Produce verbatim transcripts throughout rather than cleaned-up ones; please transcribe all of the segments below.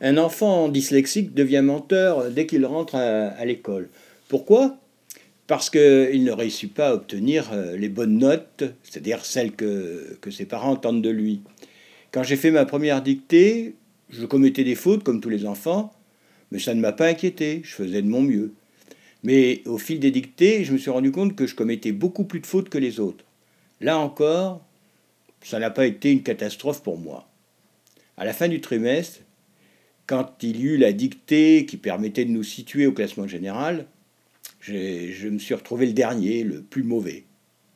Un enfant dyslexique devient menteur dès qu'il rentre à, à l'école. Pourquoi? Parce qu'il ne réussit pas à obtenir euh, les bonnes notes, c'est-à-dire celles que, que ses parents attendent de lui. Quand j'ai fait ma première dictée, je commettais des fautes comme tous les enfants, mais ça ne m'a pas inquiété, je faisais de mon mieux. Mais au fil des dictées, je me suis rendu compte que je commettais beaucoup plus de fautes que les autres. Là encore, ça n'a pas été une catastrophe pour moi. À la fin du trimestre, quand il y eut la dictée qui permettait de nous situer au classement général, je me suis retrouvé le dernier, le plus mauvais.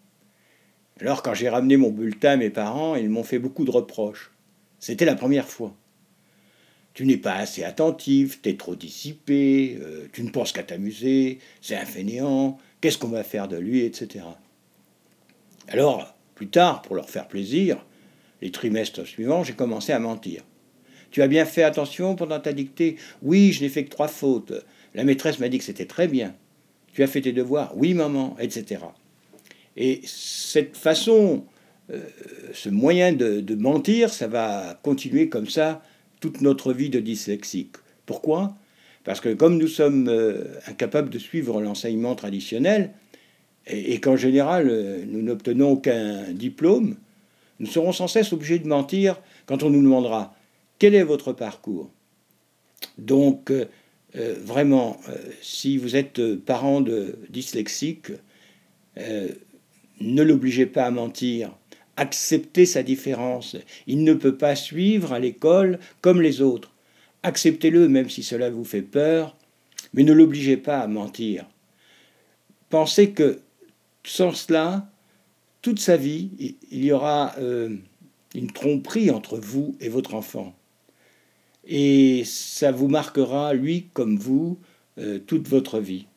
Alors quand j'ai ramené mon bulletin à mes parents, ils m'ont fait beaucoup de reproches. C'était la première fois. Tu n'es pas assez attentif, t'es trop dissipé, euh, tu ne penses qu'à t'amuser, c'est un fainéant, qu'est-ce qu'on va faire de lui, et cetera. Alors, plus tard, pour leur faire plaisir, les trimestres suivants, j'ai commencé à mentir. Tu as bien fait attention pendant ta dictée? Oui, je n'ai fait que trois fautes. La maîtresse m'a dit que c'était très bien. Tu as fait tes devoirs? Oui, maman, et cetera. Et cette façon, euh, ce moyen de, de mentir, ça va continuer comme ça toute notre vie de dyslexique. Pourquoi? Parce que comme nous sommes euh, incapables de suivre l'enseignement traditionnel, et, et qu'en général, euh, nous n'obtenons aucun diplôme, nous serons sans cesse obligés de mentir quand on nous demandera quel est votre parcours. Donc, euh, euh, vraiment, euh, si vous êtes parent de dyslexique, euh, ne l'obligez pas à mentir. Acceptez sa différence. Il ne peut pas suivre à l'école comme les autres. Acceptez-le même si cela vous fait peur, mais ne l'obligez pas à mentir. Pensez que sans cela, toute sa vie, il y aura euh, une tromperie entre vous et votre enfant. Et ça vous marquera, lui comme vous, euh, toute votre vie.